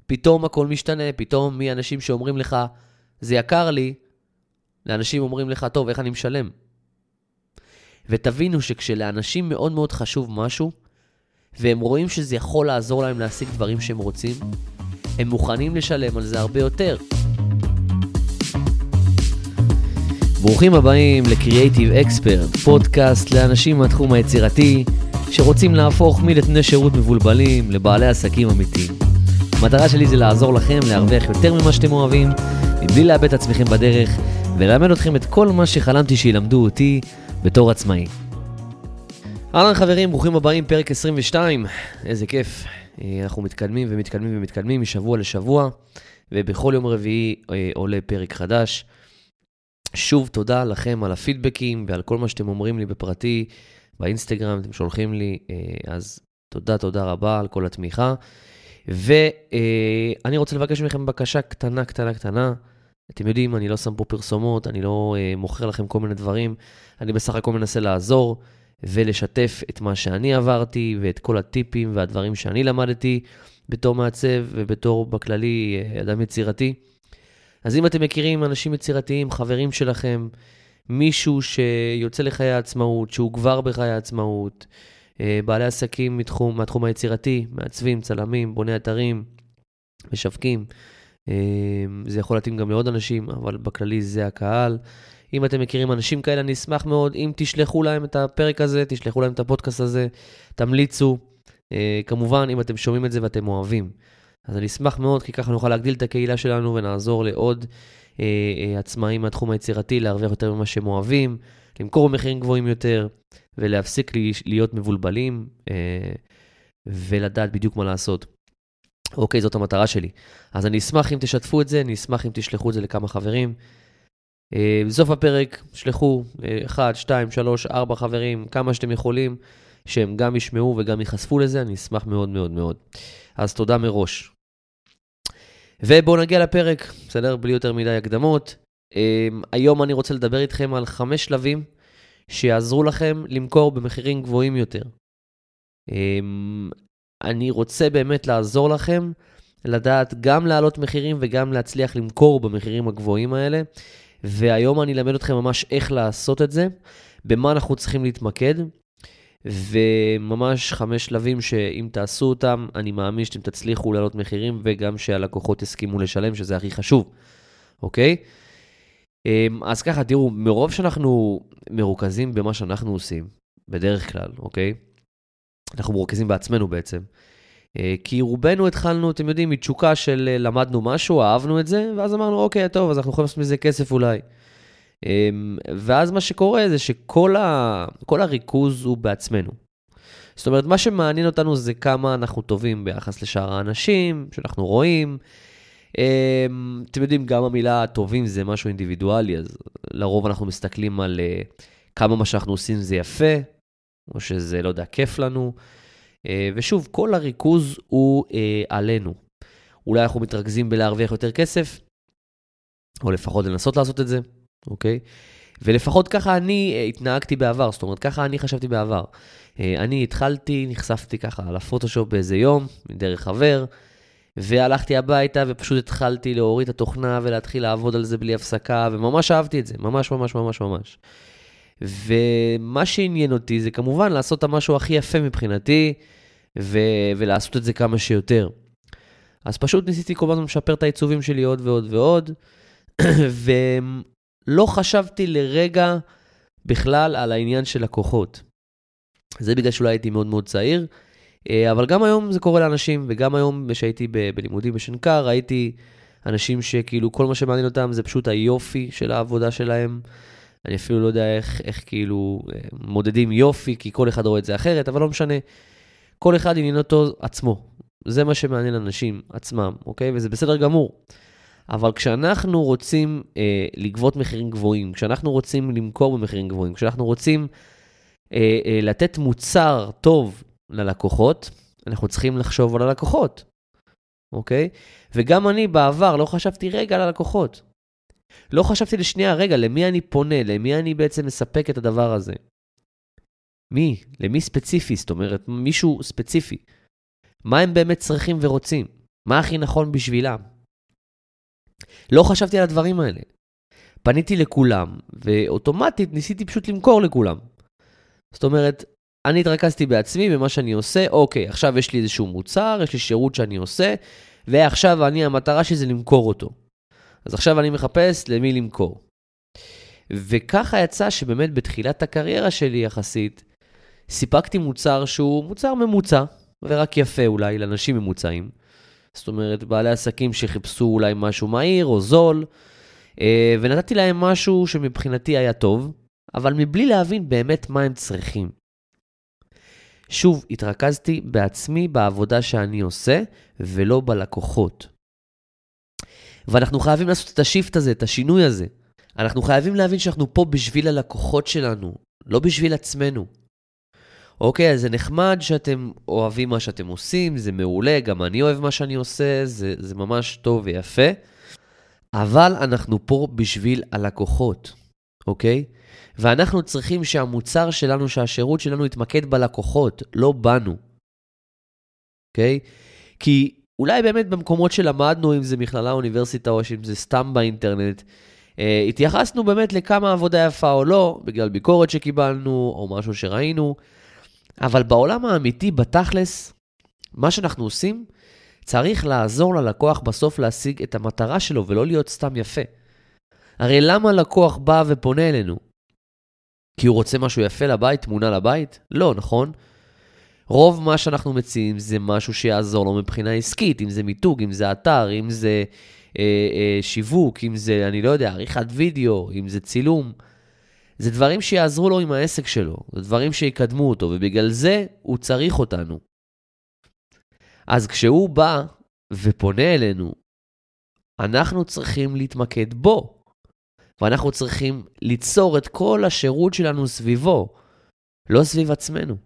פתאום הכל משתנה, פתאום מאנשים שאומרים לך, זה יקר לי, לאנשים אומרים לך, טוב, איך אני משלם? ותבינו שכשלאנשים מאוד מאוד חשוב משהו, והם רואים שזה יכול לעזור להם להשיג דברים שהם רוצים, הם מוכנים לשלם על זה הרבה יותר. ברוכים הבאים ל-Creative Expert, פודקאסט לאנשים מהתחום היצירתי, שרוצים להפוך מנותני שירות מבולבלים לבעלי עסקים אמיתיים. המטרה שלי זה לעזור לכם להרוויח יותר ממה שאתם אוהבים, מבלי לאבד את עצמכם בדרך, וללמד אתכם את כל מה שחלמתי שילמדו אותי בתור עצמאי. אהלן חברים, ברוכים הבאים, פרק 22. איזה כיף. אנחנו מתקדמים ומתקדמים ומתקדמים משבוע לשבוע, ובכל יום רביעי עולה פרק חדש. שוב תודה לכם על הפידבקים ועל כל מה שאתם אומרים לי בפרטי, באינסטגרם, אתם שולחים לי, אז תודה רבה על כל התמיכה. ואני רוצה לבקש מכם בקשה קטנה. אתם יודעים, אני לא שם פה פרסומות, אני לא מוכר לכם כל מיני דברים, אני בסך הכל מנסה לעזור ולשתף את מה שאני עברתי ואת כל הטיפים והדברים שאני למדתי בתור מעצב ובתור בכללי אדם יצירתי. אז אם אתם מכירים אנשים יצירתיים, חברים שלכם, מישהו שיוצא לחיי העצמאות, שהוא כבר בחיי העצמאות, בעלי עסקים מהתחום היצירתי, מעצבים, צלמים, בוני אתרים, משווקים, זה יכול להתאים גם לעוד אנשים, אבל בכללי זה הקהל. אם אתם מכירים אנשים כאלה, אני אשמח מאוד, אם תשלחו להם את הפרק הזה, תשלחו להם את הפודקאסט הזה, תמליצו, כמובן אם אתם שומעים את זה ואתם אוהבים. אז אני אשמח מאוד, כי ככה נוכל להגדיל את הקהילה שלנו ונעזור לעוד עצמאים מהתחום היצירתי, להרוויח יותר ממה שהם אוהבים, למכור במחירים גבוהים יותר, ולהפסיק להיות מבולבלים, ולדעת בדיוק מה לעשות. אוקיי, זאת המטרה שלי. אז אני אשמח אם תשתפו את זה, אני אשמח אם תשלחו את זה לכמה חברים. בסוף הפרק, שלחו 1, 2, 3, 4 חברים, כמה שאתם יכולים, שהם גם ישמעו וגם ייחשפו לזה, אני אשמח מאוד מאוד מאוד. אז תודה מראש. ובואו נגיע לפרק, בסדר? בלי יותר מדי הקדמות. היום אני רוצה לדבר איתכם על 5 שלבים שיעזרו לכם למכור במחירים גבוהים יותר. אני רוצה באמת לעזור לכם לדעת גם לעלות מחירים וגם להצליח למכור במחירים הגבוהים האלה. והיום אני אלמד אתכם ממש איך לעשות את זה, במה אנחנו צריכים להתמקד, וממש 5 שלבים שאם תעשו אותם, אני מאמין שאתם תצליחו לעלות מחירים, וגם שהלקוחות יסכימו לשלם, שזה הכי חשוב. אוקיי? אז ככה, תראו, מרוב שאנחנו מרוכזים במה שאנחנו עושים, בדרך כלל, אוקיי? אנחנו מרוכזים בעצמנו בעצם. כי רובנו התחלנו, אתם יודעים, מתשוקה של למדנו משהו, אהבנו את זה, ואז אמרנו, אוקיי, טוב, אז אנחנו יכולים לעשות מזה כסף אולי. ואז מה שקורה זה שכל הריכוז הוא בעצמנו. זאת אומרת, מה שמעניין אותנו זה כמה אנחנו טובים ביחס לשאר האנשים, שאנחנו רואים. אתם יודעים, גם המילה טובים זה משהו אינדיבידואלי, אז לרוב אנחנו מסתכלים על כמה מה שאנחנו עושים זה יפה, או שזה, לא יודע, כיף לנו. ושוב, כל הריכוז הוא עלינו. אולי אנחנו מתרכזים בלהרוויח יותר כסף, או לפחות לנסות לעשות את זה, אוקיי? ולפחות ככה אני התנהגתי בעבר, זאת אומרת, ככה אני חשבתי בעבר. אני התחלתי, נחשפתי ככה על הפוטושופ באיזה יום, מדרך חבר, והלכתי הביתה ופשוט התחלתי להוריד את התוכנה ולהתחיל לעבוד על זה בלי הפסקה, וממש אהבתי את זה, ממש. ומה שעניין אותי זה כמובן לעשות את המשהו הכי יפה מבחינתי, ולעשות את זה כמה שיותר. אז פשוט ניסיתי כל הזמן לשפר את העיצובים שלי עוד ועוד ועוד, ולא חשבתי לרגע בכלל על העניין של לקוחות. זה בגלל שאולי הייתי מאוד מאוד צעיר, אבל גם היום זה קורה לאנשים, וגם היום שהייתי בלימודים בשנקר, ראיתי אנשים שכאילו כל מה שמעניין אותם זה פשוט היופי של העבודה שלהם. אני אפילו לא יודע איך כאילו מודדים יופי, כי כל אחד רואה את זה אחרת, אבל לא משנה. כל אחד עניין אותו עצמו. זה מה שמעניין אנשים עצמם, אוקיי? וזה בסדר גמור. אבל כשאנחנו רוצים לגבות מחירים גבוהים, כשאנחנו רוצים למכור במחירים גבוהים, כשאנחנו רוצים לתת מוצר טוב ללקוחות, אנחנו צריכים לחשוב על הלקוחות, אוקיי? וגם אני בעבר לא חשבתי רגע על הלקוחות. לא חשבתי לשנייה, רגע, למי אני פונה, למי אני בעצם מספק את הדבר הזה. מי? למי ספציפי? זאת אומרת, מישהו ספציפי. מה הם באמת צריכים ורוצים? מה הכי נכון בשבילם. לא חשבתי על הדברים האלה. פניתי לכולם, ואוטומטית ניסיתי פשוט למכור לכולם. זאת אומרת, אני התרכזתי בעצמי במה שאני עושה, אוקיי, עכשיו יש לי איזשהו מוצר, יש לי שירות שאני עושה, ועכשיו המטרה שלי זה למכור אותו. אז עכשיו אני מחפש למי למכור. וככה יצא שבאמת בתחילת הקריירה שלי יחסית, סיפקתי מוצר שהוא מוצר ממוצע, ורק יפה אולי לאנשים ממוצעים. זאת אומרת, בעלי עסקים שחיפשו אולי משהו מהיר או זול, ונתתי להם משהו שמבחינתי היה טוב, אבל מבלי להבין באמת מה הם צריכים. שוב, התרכזתי בעצמי בעבודה שאני עושה, ולא בלקוחות. ואנחנו חייבים לעשות את השיפט הזה, את השינוי הזה. אנחנו חייבים להבין שאנחנו פה בשביל הלקוחות שלנו, לא בשביל עצמנו. אוקיי, אז זה נחמד שאתם אוהבים מה שאתם עושים, זה מעולה, גם אני אוהב מה שאני עושה, זה ממש טוב ויפה. אבל אנחנו פה בשביל הלקוחות, אוקיי? ואנחנו צריכים שהמוצר שלנו, שהשירות שלנו יתמקד בלקוחות, לא בנו. אוקיי? כי אולי באמת במקומות שלמדנו, אם זה מכללה, אוניברסיטה, או אם זה סתם באינטרנט, התייחסנו באמת לכמה עבודה יפה או לא, בגלל ביקורת שקיבלנו, או משהו שראינו, אבל בעולם האמיתי, בתכלס, מה שאנחנו עושים, צריך לעזור ללקוח בסוף להשיג את המטרה שלו, ולא להיות סתם יפה. הרי למה לקוח בא ופונה אלינו? כי הוא רוצה משהו יפה לבית, תמונה לבית? לא, נכון? רוב מה שאנחנו מציעים זה משהו שיעזור לו מבחינה עסקית, אם זה מיתוג, אם זה אתר, אם זה שיווק, אם זה, אני לא יודע, עריכת וידאו, אם זה צילום. זה דברים שיעזרו לו עם העסק שלו, זה דברים שיקדמו אותו, ובגלל זה הוא צריך אותנו. אז כשהוא בא ופונה אלינו, אנחנו צריכים להתמקד בו, ואנחנו צריכים ליצור את כל השירות שלנו סביבו, לא סביב עצמנו.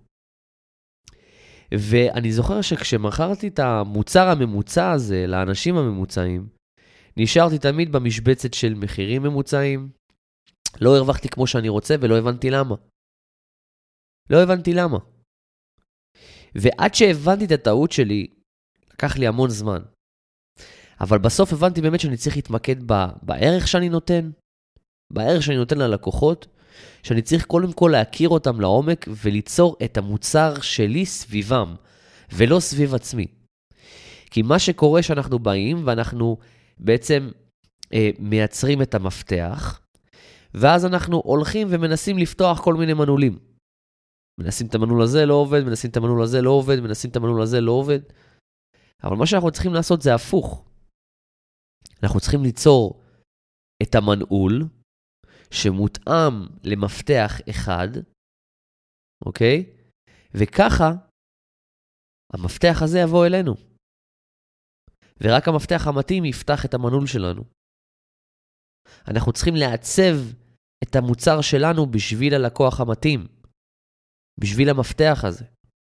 ואני זוכר שכשמכרתי את המוצר הממוצע הזה לאנשים הממוצעים, נשארתי תמיד במשבצת של מחירים ממוצעים, לא הרווחתי כמו שאני רוצה ולא הבנתי למה. לא הבנתי למה. ועד שהבנתי את הטעות שלי, לקח לי המון זמן. אבל בסוף הבנתי באמת שאני צריך להתמקד בערך שאני נותן, בערך שאני נותן ללקוחות, שאני צריך קודם כל להכיר אותם לעומק וליצור את המוצר שלי סביבם, ולא סביב עצמי. כי מה שקורה שאנחנו באים ואנחנו בעצם מייצרים את המפתח, ואז אנחנו הולכים ומנסים לפתוח כל מיני מנעולים. מנסים את המנעול הזה, לא עובד, מנסים את המנעול הזה, לא עובד, מנסים את המנעול הזה, לא עובד. אבל מה שאנחנו צריכים לעשות זה הפוך. אנחנו צריכים ליצור את המנעול שמותאם למפתח אחד, אוקיי? וככה המפתח הזה יבוא אלינו. ורק המפתח המתאים יפתח את המנעול שלנו. אנחנו צריכים לעצב את המוצר שלנו בשביל הלקוח המתאים, בשביל המפתח הזה.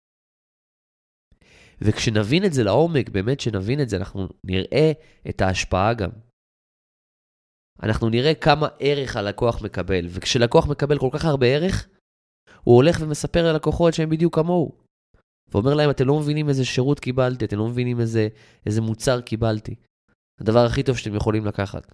וכשנבין את זה לעומק, באמת שנבין את זה, אנחנו נראה את ההשפעה גם. אנחנו נראה כמה ערך הלקוח מקבל, וכשלקוח מקבל כל כך הרבה ערך, הוא הולך ומספר ללקוחות שהם בדיוק כמוהו. ואומר להם, אתם לא מבינים איזה שירות קיבלתי, אתם לא מבינים איזה מוצר קיבלתי. הדבר הכי טוב שאתם יכולים לקחת.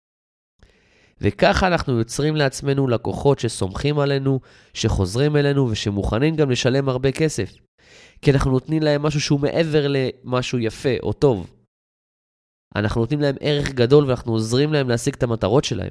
וככה אנחנו יוצרים לעצמנו לקוחות שסומכים עלינו, שחוזרים אלינו ושמוכנים גם לשלם הרבה כסף. כי אנחנו נותנים להם משהו שהוא מעבר למשהו יפה או טוב. אנחנו נותנים להם ערך גדול ואנחנו עוזרים להם להשיג את המטרות שלהם.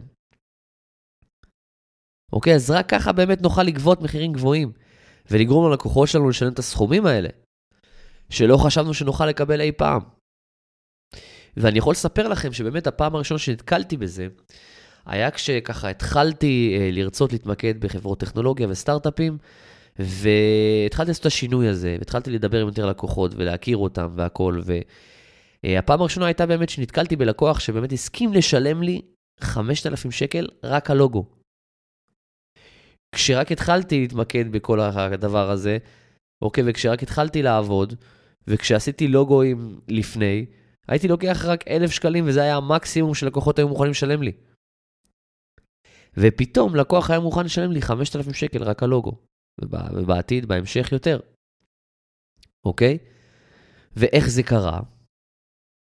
אוקיי, אז רק ככה באמת נוכל לגבות מחירים גבוהים, ולגרום ללקוחות שלנו לשלם את הסכומים האלה, שלא חשבנו שנוכל לקבל אי פעם. ואני יכול לספר לכם שבאמת הפעם הראשונה שנתקלתי בזה, היה כשככה התחלתי לרצות להתמקד בחברות טכנולוגיה וסטארט-אפים, והתחלתי לעשות את השינוי הזה, והתחלתי לדבר עם יותר לקוחות ולהכיר אותם והכל, והפעם הראשונה הייתה באמת שנתקלתי בלקוח שבאמת הסכים לשלם לי 5,000 שקל רק הלוגו. כשרק התחלתי להתמקד בכל הדבר הזה, אוקיי, וכשרק התחלתי לעבוד, וכשעשיתי לוגוים לפני, הייתי לוקח רק 1,000 שקלים, וזה היה המקסימום שלקוחות היו מוכנים לשלם לי. ופתאום לקוח היה מוכן לשלם לי 5,000 שקל רק הלוגו, ובעתיד, בהמשך יותר. אוקיי? ואיך זה קרה?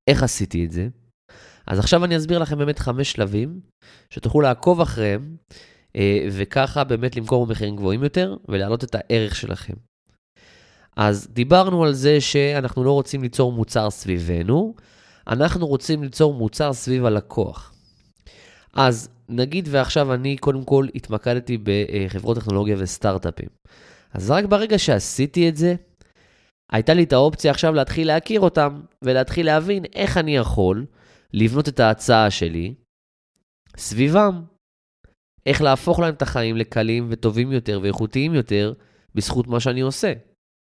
איך עשיתי את זה? אז עכשיו אני אסביר לכם באמת 5 שלבים, שתוכלו לעקוב אחריהם, וככה באמת למכור במחירים גבוהים יותר, ולהעלות את הערך שלכם. אז דיברנו על זה שאנחנו לא רוצים ליצור מוצר סביבנו, אנחנו רוצים ליצור מוצר סביב הלקוח. אז נגיד ועכשיו אני קודם כל התמקדתי בחברות טכנולוגיה וסטארט-אפים. אז רק ברגע שעשיתי את זה, הייתה לי את האופציה עכשיו להתחיל להכיר אותם, ולהתחיל להבין איך אני יכול לבנות את ההצעה שלי סביבם. איך להפוך להם את החיים לקלים וטובים יותר ואיכותיים יותר בזכות מה שאני עושה.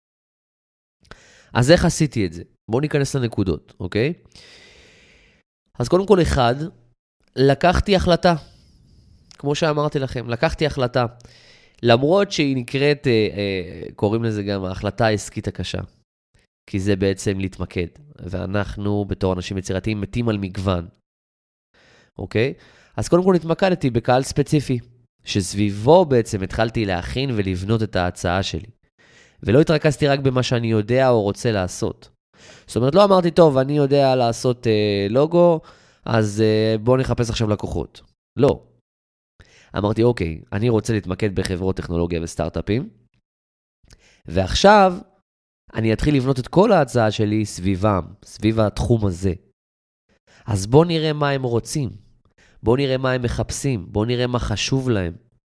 אז איך עשיתי את זה? בואו ניכנס לנקודות, אוקיי? אז קודם כל אחד, לקחתי החלטה. כמו שאמרתי לכם, לקחתי החלטה. למרות שהיא נקראת, קוראים לזה גם ההחלטה העסקית הקשה. כי זה בעצם להתמקד. ואנחנו בתור אנשים יצירתיים מתים על מגוון. אוקיי? אז קודם כל התמקדתי בקהל ספציפי. שסביבו בעצם התחלתי להכין ולבנות את ההצעה שלי. ולא התרכזתי רק במה שאני יודע או רוצה לעשות. זאת אומרת, לא אמרתי, טוב, אני יודע לעשות לוגו, אז בואו נחפש עכשיו לקוחות. לא. אמרתי, אוקיי, אני רוצה להתמקד בחברות טכנולוגיה וסטארט-אפים, ועכשיו אני אתחיל לבנות את כל ההצעה שלי סביבם, סביב התחום הזה. אז בואו נראה מה הם רוצים. בואו נראה מה הם מחפשים. בואו נראה מה חשוב להם.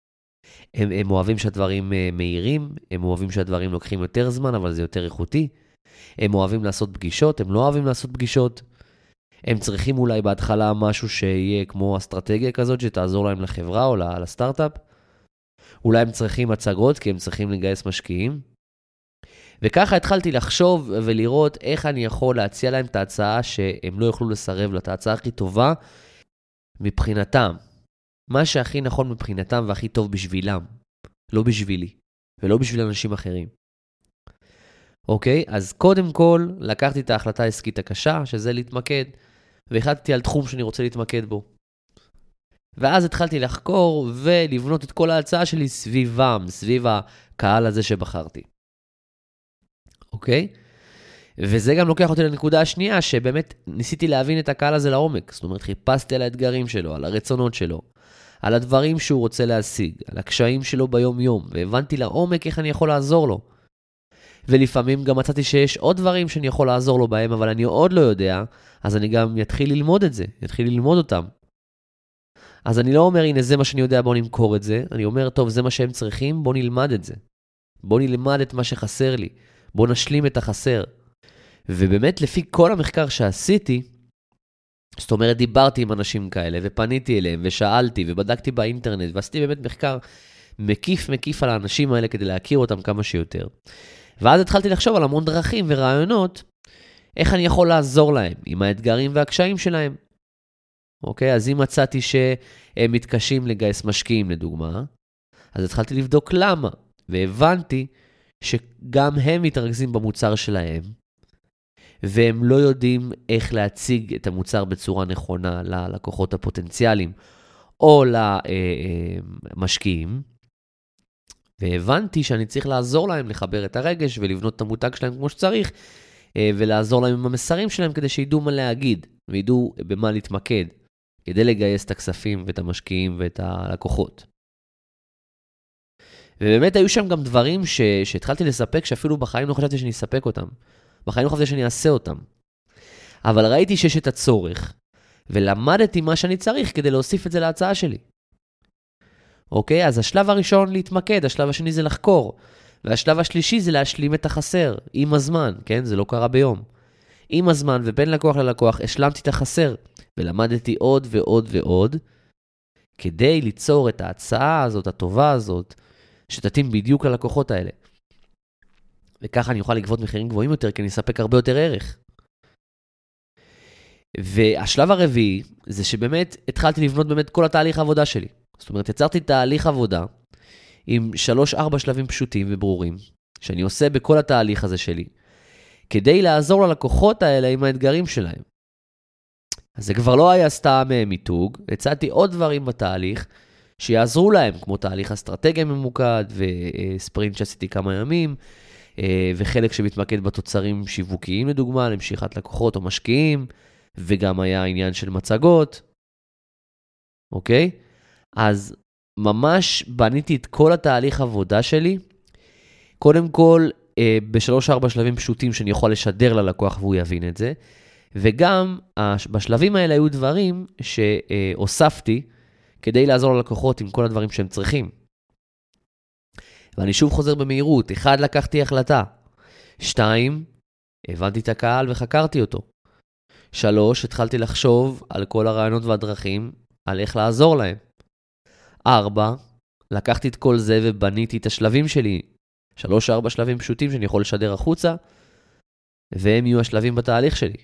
הם אוהבים שהדברים מהירים, הם אוהבים שהדברים לוקחים יותר זמן, אבל זה יותר איכותי. הם אוהבים לעשות פגישות, הם לא אוהבים לעשות פגישות. הם צריכים אולי בהתחלה משהו שיהיה כמו אסטרטגיה כזאת, שתעזור להם לחברה או לסטארט-אפ. אולי הם צריכים הצגות, כי הם צריכים לגייס משקיעים. וככה התחלתי לחשוב ולראות איך אני יכול להציע להם את ההצעה שהם לא יוכלו לסרב לה, את ההצעה הכי טובה מבחינתם. מה שהכי נכון מבחינתם והכי טוב בשבילם. לא בשבילי, ולא בשביל אנשים אחרים. אוקיי? אז קודם כל, לקחתי את ההחלטה העסקית הקשה, שזה להתמקד, והחלטתי על תחום שאני רוצה להתמקד בו. ואז התחלתי לחקור ולבנות את כל ההצעה שלי סביבם, סביב הקהל הזה שבחרתי. אוקיי? וזה גם לוקח אותי לנקודה השנייה, שבאמת ניסיתי להבין את הקהל הזה לעומק. זאת אומרת, חיפשתי על האתגרים שלו, על הרצונות שלו, על הדברים שהוא רוצה להשיג, על הקשיים שלו ביום-יום, והבנתי לעומק איך אני יכול לעזור לו. ולפעמים גם מצאתי שיש עוד דברים שאני יכול לעזור לו בהם, אבל אני עוד לא יודע, אז אני גם אתחיל ללמוד את זה, אתחיל ללמוד אותם. אז אני לא אומר, הנה זה מה שאני יודע, בוא נמכור את זה. אני אומר, טוב, זה מה שהם צריכים, בוא נלמד את זה. בוא נלמד את מה שחסר לי. בוא נשלים את החסר. ובאמת, לפי כל המחקר שעשיתי, זאת אומרת, דיברתי עם אנשים כאלה, ופניתי אליהם, ושאלתי, ובדקתי באינטרנט, ועשיתי באמת מחקר מקיף על האנשים האלה, כדי להכיר אותם כמה שיותר. ואז התחלתי לחשוב על המון דרכים ורעיונות, איך אני יכול לעזור להם, עם האתגרים והקשיים שלהם. אוקיי, אז אם מצאתי שהם מתקשים לגייס משקיעים, לדוגמה, אז התחלתי לבדוק למה, והבנתי שגם הם מתרכזים במוצר שלהם, והם לא יודעים איך להציג את המוצר בצורה נכונה ללקוחות הפוטנציאליים, או למשקיעים, והבנתי שאני צריך לעזור להם לחבר את הרגש, ולבנות את המותג שלהם כמו שצריך, ולעזור להם עם המסרים שלהם, כדי שידעו מה להגיד, וידעו במה להתמקד, כדי לגייס את הכספים ואת המשקיעים ואת הלקוחות. ובאמת היו שם גם דברים שהתחלתי לספק, שאפילו בחיים לא חשבתי שאני אספק אותם. בחיים לא חשבתי שאני אעשה אותם. אבל ראיתי שיש את הצורך, ולמדתי מה שאני צריך כדי להוסיף את זה להצעה שלי. אוקיי? אז השלב הראשון להתמקד, השלב השני זה לחקור, והשלב השלישי זה להשלים את החסר, עם הזמן, כן? זה לא קרה ביום. עם הזמן ובין לקוח ללקוח, השלמתי את החסר, ולמדתי עוד ועוד ועוד, כדי ליצור את ההצעה הזאת, הטובה הזאת, שתתאים בדיוק ללקוחות האלה. וככה אני אוכל לגבות מחירים גבוהים יותר, כי אני אספק הרבה יותר ערך. והשלב הרביעי, זה שבאמת התחלתי לבנות באמת כל התהליך העבודה שלי. זאת אומרת, יצרתי תהליך עבודה, עם 3-4 שלבים פשוטים וברורים, שאני עושה בכל התהליך הזה שלי, כדי לעזור ללקוחות האלה עם האתגרים שלהם. אז זה כבר לא היה סתם מיתוג, הצעתי עוד דברים בתהליך, שיעזרו להם, כמו תהליך אסטרטגיה ממוקד, וספרינט שעשיתי כמה ימים, וחלק שמתמקד בתוצרים שיווקיים לדוגמה, למשיכת לקוחות או משקיעים, וגם היה עניין של מצגות, אוקיי? אז ממש בניתי את כל התהליך עבודה שלי, קודם כל ב3-4 שלבים פשוטים שאני יכול לשדר ללקוח והוא יבין את זה, וגם בשלבים האלה היו דברים שהוספתי כדי לעזור ללקוחות עם כל הדברים שהם צריכים. ואני שוב חוזר במהירות, 1, לקחתי החלטה, 2, הבנתי את הקהל וחקרתי אותו, 3, התחלתי לחשוב על כל הרעיונות והדרכים, על איך לעזור להם, 4, לקחתי את כל זה ובניתי את השלבים שלי, 3-4 שלבים פשוטים שאני יכול לשדר החוצה, והם יהיו השלבים בתהליך שלי.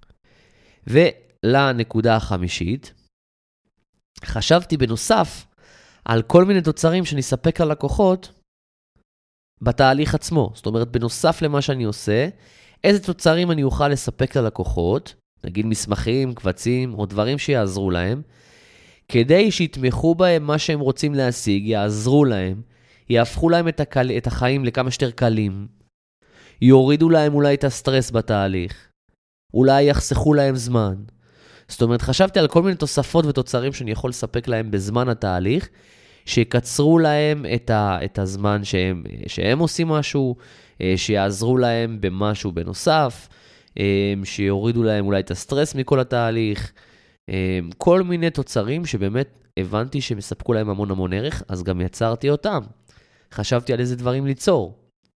ולנקודה החמישית, חשבתי בנוסף על כל מיני תוצרים שאני אספק ללקוחות בתהליך עצמו. זאת אומרת, בנוסף למה שאני עושה, איזה תוצרים אני אוכל לספק ללקוחות, נגיד מסמכים, קבצים או דברים שיעזרו להם, כדי שיתמכו בהם מה שהם רוצים להשיג, יעזרו להם, יהפכו להם את החיים לכמה שיותר קלים, יורידו להם אולי את הסטרס בתהליך, אולי יחסכו להם זמן. זאת אומרת, חשבתי על כל מיני תוספות ותוצרים שאני יכול לספק להם בזמן התהליך, שיקצרו להם את הזמן שהם עושים משהו, שיעזרו להם במשהו בנוסף, שיורידו להם אולי את הסטרס מכל התהליך, כל מיני תוצרים שבאמת הבנתי שמספקו להם המון המון ערך, אז גם יצרתי אותם. חשבתי על איזה דברים ליצור.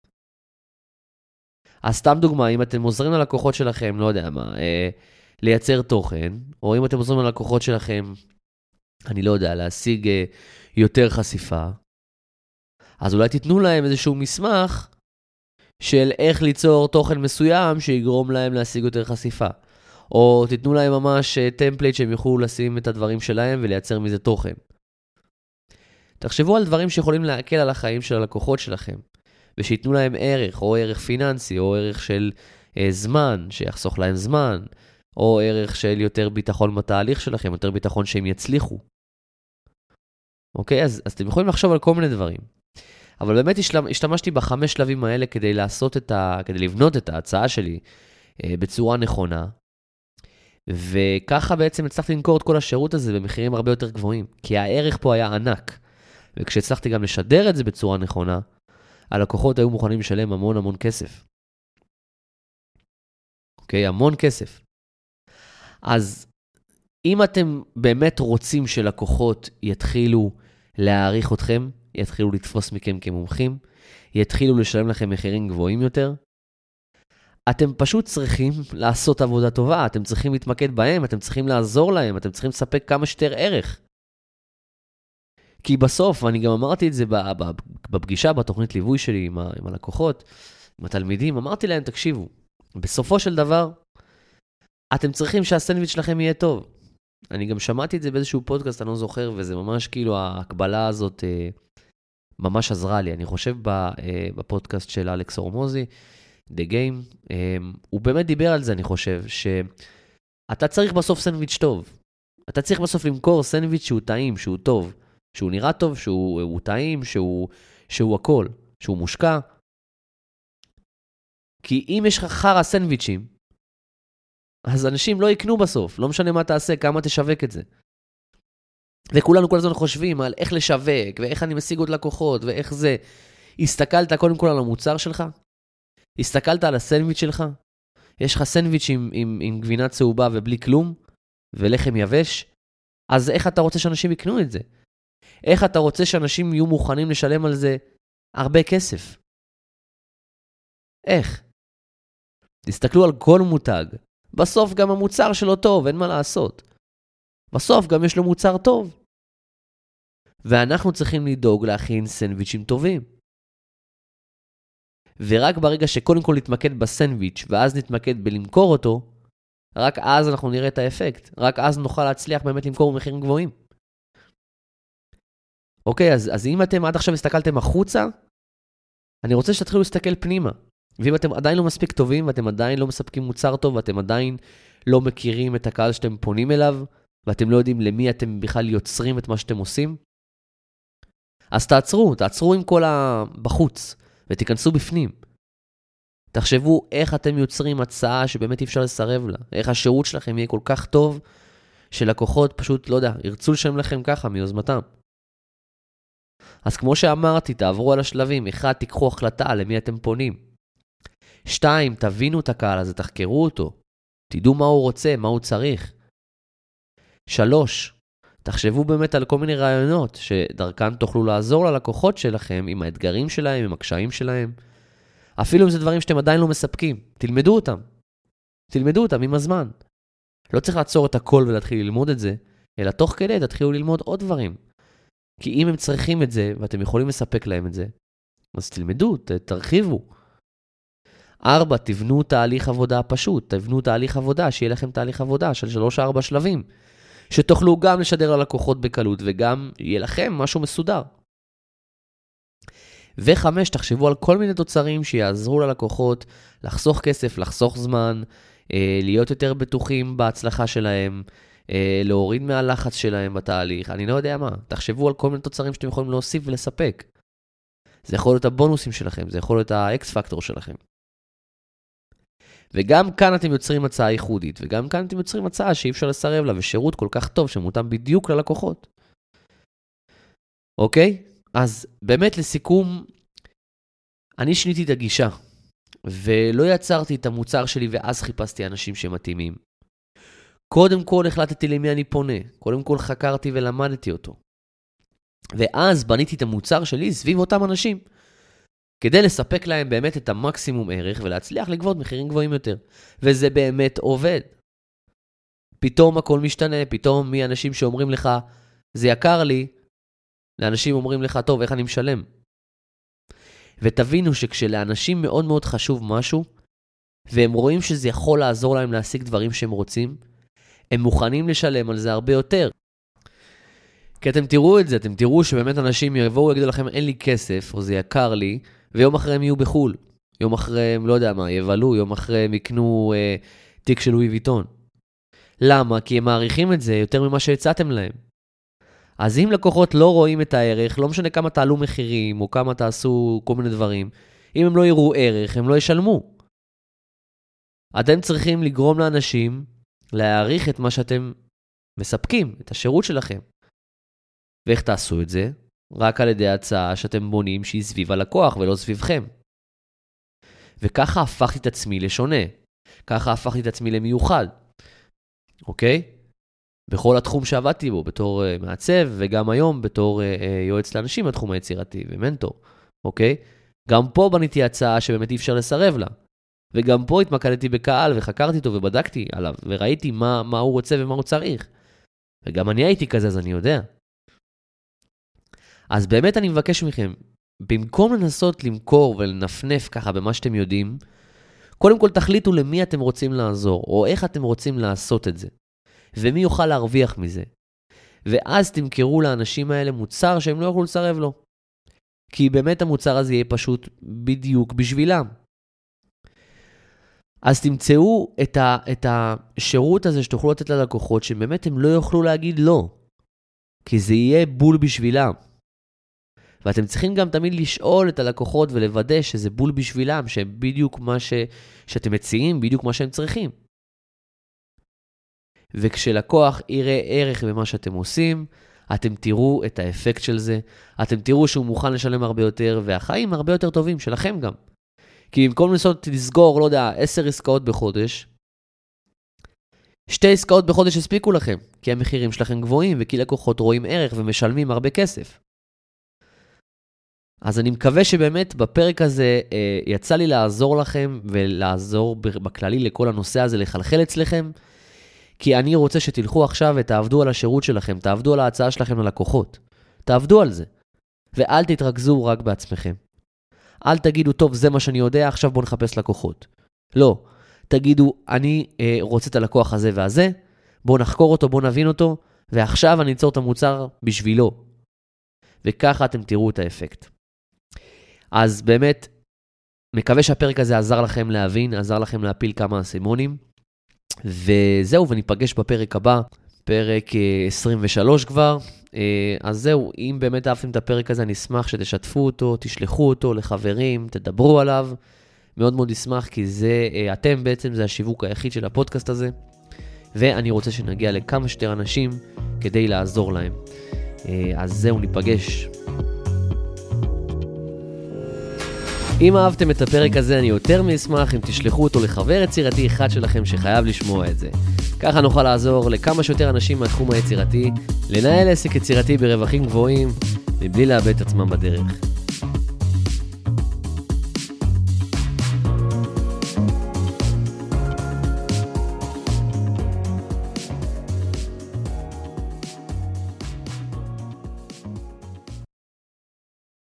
אז סתם דוגמה, אם אתם עוזרים ללקוחות שלכם, לא יודע מה, לייצר תוכן, או אם אתם עוזרים ללקוחות שלכם, אני לא יודע, להשיג יותר חשיפה, אז אולי תיתנו להם איזשהו מסמך של איך ליצור תוכן מסוים שיגרום להם להשיג יותר חשיפה. או תיתנו להם ממש טמפלייט שהם יוכלו לשים את הדברים שלהם ולייצר מזה תוכן. תחשבו על דברים שיכולים להקל על החיים של הלקוחות שלכם, ושיתנו להם ערך, או ערך פיננסי, או ערך של זמן, שיחסוך להם זמן, או ערך של יותר ביטחון בתהליך שלכם, יותר ביטחון שהם יצליחו. אוקיי? אז אתם יכולים לחשוב על כל מיני דברים. אבל באמת השתמשתי ב5 שלבים האלה כדי לבנות את ההצעה שלי בצורה נכונה, וככה בעצם הצלחתי למכור את כל השירות הזה במחירים הרבה יותר גבוהים, כי הערך פה היה ענק. וכשהצלחתי גם לשדר את זה בצורה נכונה, הלקוחות היו מוכנים לשלם המון המון כסף. אוקיי? המון כסף. אז אם אתם באמת רוצים שלקוחות יתחילו להעריך אתכם, יתחילו לתפוס מכם כמומחים, יתחילו לשלם לכם מחירים גבוהים יותר, אתם פשוט צריכים לעשות עבודה טובה, אתם צריכים להתמקד בהם, אתם צריכים לעזור להם, אתם צריכים לספק כמה שיותר ערך. כי בסוף, ואני גם אמרתי את זה בפגישה, בתוכנית ליווי שלי עם הלקוחות, עם התלמידים, אמרתי להם, תקשיבו, בסופו של דבר, אתם צריכים שהסנדוויץ' שלכם יהיה טוב. אני גם שמעתי את זה באיזשהו פודקאסט, אני לא זוכר, וזה ממש כאילו ההקבלה הזאת ממש עזרה לי. אני חושב בפודקאסט של אלכס הורמוזי, The Game, הוא באמת דיבר על זה, אני חושב, שאתה צריך בסוף סנדוויץ' טוב. אתה צריך בסוף למכור סנדוויץ' שהוא טעים, שהוא טוב, שהוא נראה טוב, שהוא טעים, שהוא הכל, שהוא מושקע. כי אם יש לך חרא סנדוויצ'ים, אז אנשים לא יקנו בסוף, לא משנה מה תעשה, כמה תשווק את זה. וכולנו כל הזמן חושבים על איך לשווק, ואיך אני משיג עוד לקוחות, ואיך זה. הסתכלת קודם כל על המוצר שלך? הסתכלת על הסנדוויץ' שלך? יש לך סנדוויץ' עם גבינה צהובה ובלי כלום, ולחם יבש? אז איך אתה רוצה שאנשים יקנו את זה? איך אתה רוצה שאנשים יהיו מוכנים לשלם על זה הרבה כסף? איך? תסתכלו על כל מותג. בסוף גם המוצר שלו טוב, אין מה לעשות. בסוף גם יש לו מוצר טוב. ואנחנו צריכים לדאוג להכין סנדוויצ'ים טובים. ורק ברגע שקודם כל נתמקד בסנדוויץ' ואז נתמקד בלמכור אותו, רק אז אנחנו נראה את האפקט. רק אז נוכל להצליח באמת למכור במחירים גבוהים. אוקיי, אז אם אתם עד עכשיו הסתכלתם החוצה, אני רוצה שתתחילו להסתכל פנימה. ואם אתם עדיין לא מספיק טובים, ואתם עדיין לא מספקים מוצר טוב, ואתם עדיין לא מכירים את הקהל שאתם פונים אליו, ואתם לא יודעים למי אתם בכלל יוצרים את מה שאתם עושים, אז תעצרו עם כל בחוץ, ותיכנסו בפנים. תחשבו איך אתם יוצרים הצעה שבאמת אי אפשר לסרב לה. איך השירות שלכם יהיה כל כך טוב, שלקוחות פשוט, לא יודע, ירצו לשלם לכם ככה מיוזמתם. אז כמו שאמרתי, תעברו על השלבים. 1, תיקחו החלטה למי אתם פונים. 2, תבינו את הקהל הזה, תחקרו אותו. תדעו מה הוא רוצה, מה הוא צריך. 3, תחשבו באמת על כל מיני רעיונות שדרכן תוכלו לעזור ללקוחות שלכם עם האתגרים שלהם, עם הקשיים שלהם. אפילו אם זה דברים שאתם עדיין לא מספקים, תלמדו אותם. תלמדו אותם עם הזמן. לא צריך לעצור את הכל ולהתחיל ללמוד את זה, אלא תוך כדי תתחילו ללמוד עוד דברים. כי אם הם צריכים את זה ואתם יכולים לספק להם את זה, אז תלמדו, תרחיבו. 4, תבנו תהליך עבודה פשוט. תבנו תהליך עבודה, שיהיה לכם תהליך עבודה של 3-4 שלבים. שתוכלו גם לשדר ללקוחות בקלות וגם יהיה לכם משהו מסודר. 5, תחשבו על כל מיני תוצרים שיעזרו ללקוחות לחסוך כסף, לחסוך זמן, להיות יותר בטוחים בהצלחה שלהם, להוריד מהלחץ שלהם בתהליך, אני לא יודע מה. תחשבו על כל מיני תוצרים שאתם יכולים להוסיף ולספק. זה יכול להיות הבונוסים שלכם, זה יכול להיות האקס פקטור שלכם. וגם כאן אתם יוצרים הצעה ייחודית, וגם כאן אתם יוצרים הצעה שאי אפשר לסרב לה, ושירות כל כך טוב שמותאם בדיוק ללקוחות. אוקיי? אז באמת לסיכום, אני שיניתי את הגישה, ולא יצרתי את המוצר שלי ואז חיפשתי אנשים שמתאימים. קודם כל החלטתי למי אני פונה, קודם כל חקרתי ולמדתי אותו. ואז בניתי את המוצר שלי סביב אותם אנשים, כדי לספק להם באמת את המקסימום ערך ולהצליח לגבות מחירים גבוהים יותר. וזה באמת עובד. פתאום הכל משתנה, פתאום מאנשים שאומרים לך, זה יקר לי, לאנשים אומרים לך, טוב, איך אני משלם? ותבינו שכשלאנשים מאוד מאוד חשוב משהו, והם רואים שזה יכול לעזור להם להשיג דברים שהם רוצים, הם מוכנים לשלם על זה הרבה יותר. כי אתם תראו את זה, אתם תראו שבאמת אנשים יבואו ויגידו לכם, אין לי כסף, או זה יקר לי, ויום אחרי הם יהיו בחול. יום אחרי הם, לא יודע מה, יבלו, יום אחרי הם יקנו תיק של לואי ויטון. למה? כי הם מעריכים את זה יותר ממה שהצעתם להם. אז אם לקוחות לא רואים את הערך, לא משנה כמה תעלו מחירים, או כמה תעשו כל מיני דברים, אם הם לא יראו ערך, הם לא ישלמו. אתם צריכים לגרום לאנשים להעריך את מה שאתם מספקים, את השירות שלכם. ואיך תעשו את זה? רק על ידי הצעה שאתם בונים שהיא סביב הלקוח ולא סביבכם. וככה הפכתי את עצמי לשונה. ככה הפכתי את עצמי למיוחד. אוקיי? בכל התחום שעבדתי בו, בתור מעצב, וגם היום בתור יועץ לאנשים בתחום היצירתי ומנטור. אוקיי? גם פה בניתי הצעה שבאמת אי אפשר לסרב לה. וגם פה התמקדתי בקהל וחקרתי אותו ובדקתי עליו, וראיתי מה הוא רוצה ומה הוא צריך. וגם אני הייתי כזה, אז אני יודע. אז באמת אני מבקש מכם, במקום לנסות למכור ולנפנף ככה במה שאתם יודעים, קודם כל תחליטו למי אתם רוצים לעזור, או איך אתם רוצים לעשות את זה, ומי יוכל להרוויח מזה. ואז תמכרו לאנשים האלה מוצר שהם לא יוכלו לסרב לו. כי באמת המוצר הזה יהיה פשוט בדיוק בשבילם. אז תמצאו את השירות הזה שתוכלו לתת ללקוחות, שבאמת הם לא יוכלו להגיד לא. כי זה יהיה בול בשבילם. ואתם צריכים גם תמיד לשאול את הלקוחות ולוודא שזה בול בשבילם, שהם בדיוק מה שאתם מציעים, בדיוק מה שהם צריכים. וכשלקוח יראה ערך במה שאתם עושים, אתם תראו את האפקט של זה, אתם תראו שהוא מוכן לשלם הרבה יותר, והחיים הרבה יותר טובים שלכם גם. כי במקום לנסות לסגור, לא יודע, 10 עסקאות בחודש, 2 עסקאות בחודש הספיקו לכם, כי המחירים שלכם גבוהים, וכי לקוחות רואים ערך ומשלמים הרבה כסף. אז אני מקווה שבאמת בפרק הזה יצא לי לעזור לכם, ולעזור בכללי לכל הנושא הזה, לחלחל אצלכם, כי אני רוצה שתלכו עכשיו ותעבדו על השירות שלכם, תעבדו על ההצעה שלכם ללקוחות. תעבדו על זה. ואל תתרכזו רק בעצמכם. אל תגידו, טוב, זה מה שאני יודע, עכשיו בוא נחפש לקוחות. לא. תגידו, אני רוצה את הלקוח הזה והזה, בוא נחקור אותו, בוא נבין אותו, ועכשיו אני אצור את המוצר בשבילו. וככה אתם תראו את האפקט. אז באמת, מקווה שהפרק הזה עזר לכם להבין, עזר לכם להפיל כמה אסימונים, וזהו, וניפגש בפרק הבא, פרק 23 כבר. אז זהו, אם באמת אהבתם את הפרק הזה, אני אשמח שתשתפו אותו, תשלחו אותו לחברים, תדברו עליו, מאוד מאוד אשמח, כי אתם בעצם, זה השיווק היחיד של הפודקאסט הזה, ואני רוצה שנגיע לכמה שיותר אנשים כדי לעזור להם. אז זהו, ניפגש. אם אהבתם את הפרק הזה, אני יותר מאשמח אם תשלחו אותו לחבר יצירתי אחד שלכם שחייב לשמוע את זה. ככה נוכל לעזור לכמה שיותר אנשים מהתחום היצירתי, לנהל עסק יצירתי ברווחים גבוהים, מבלי לאבד את עצמם בדרך.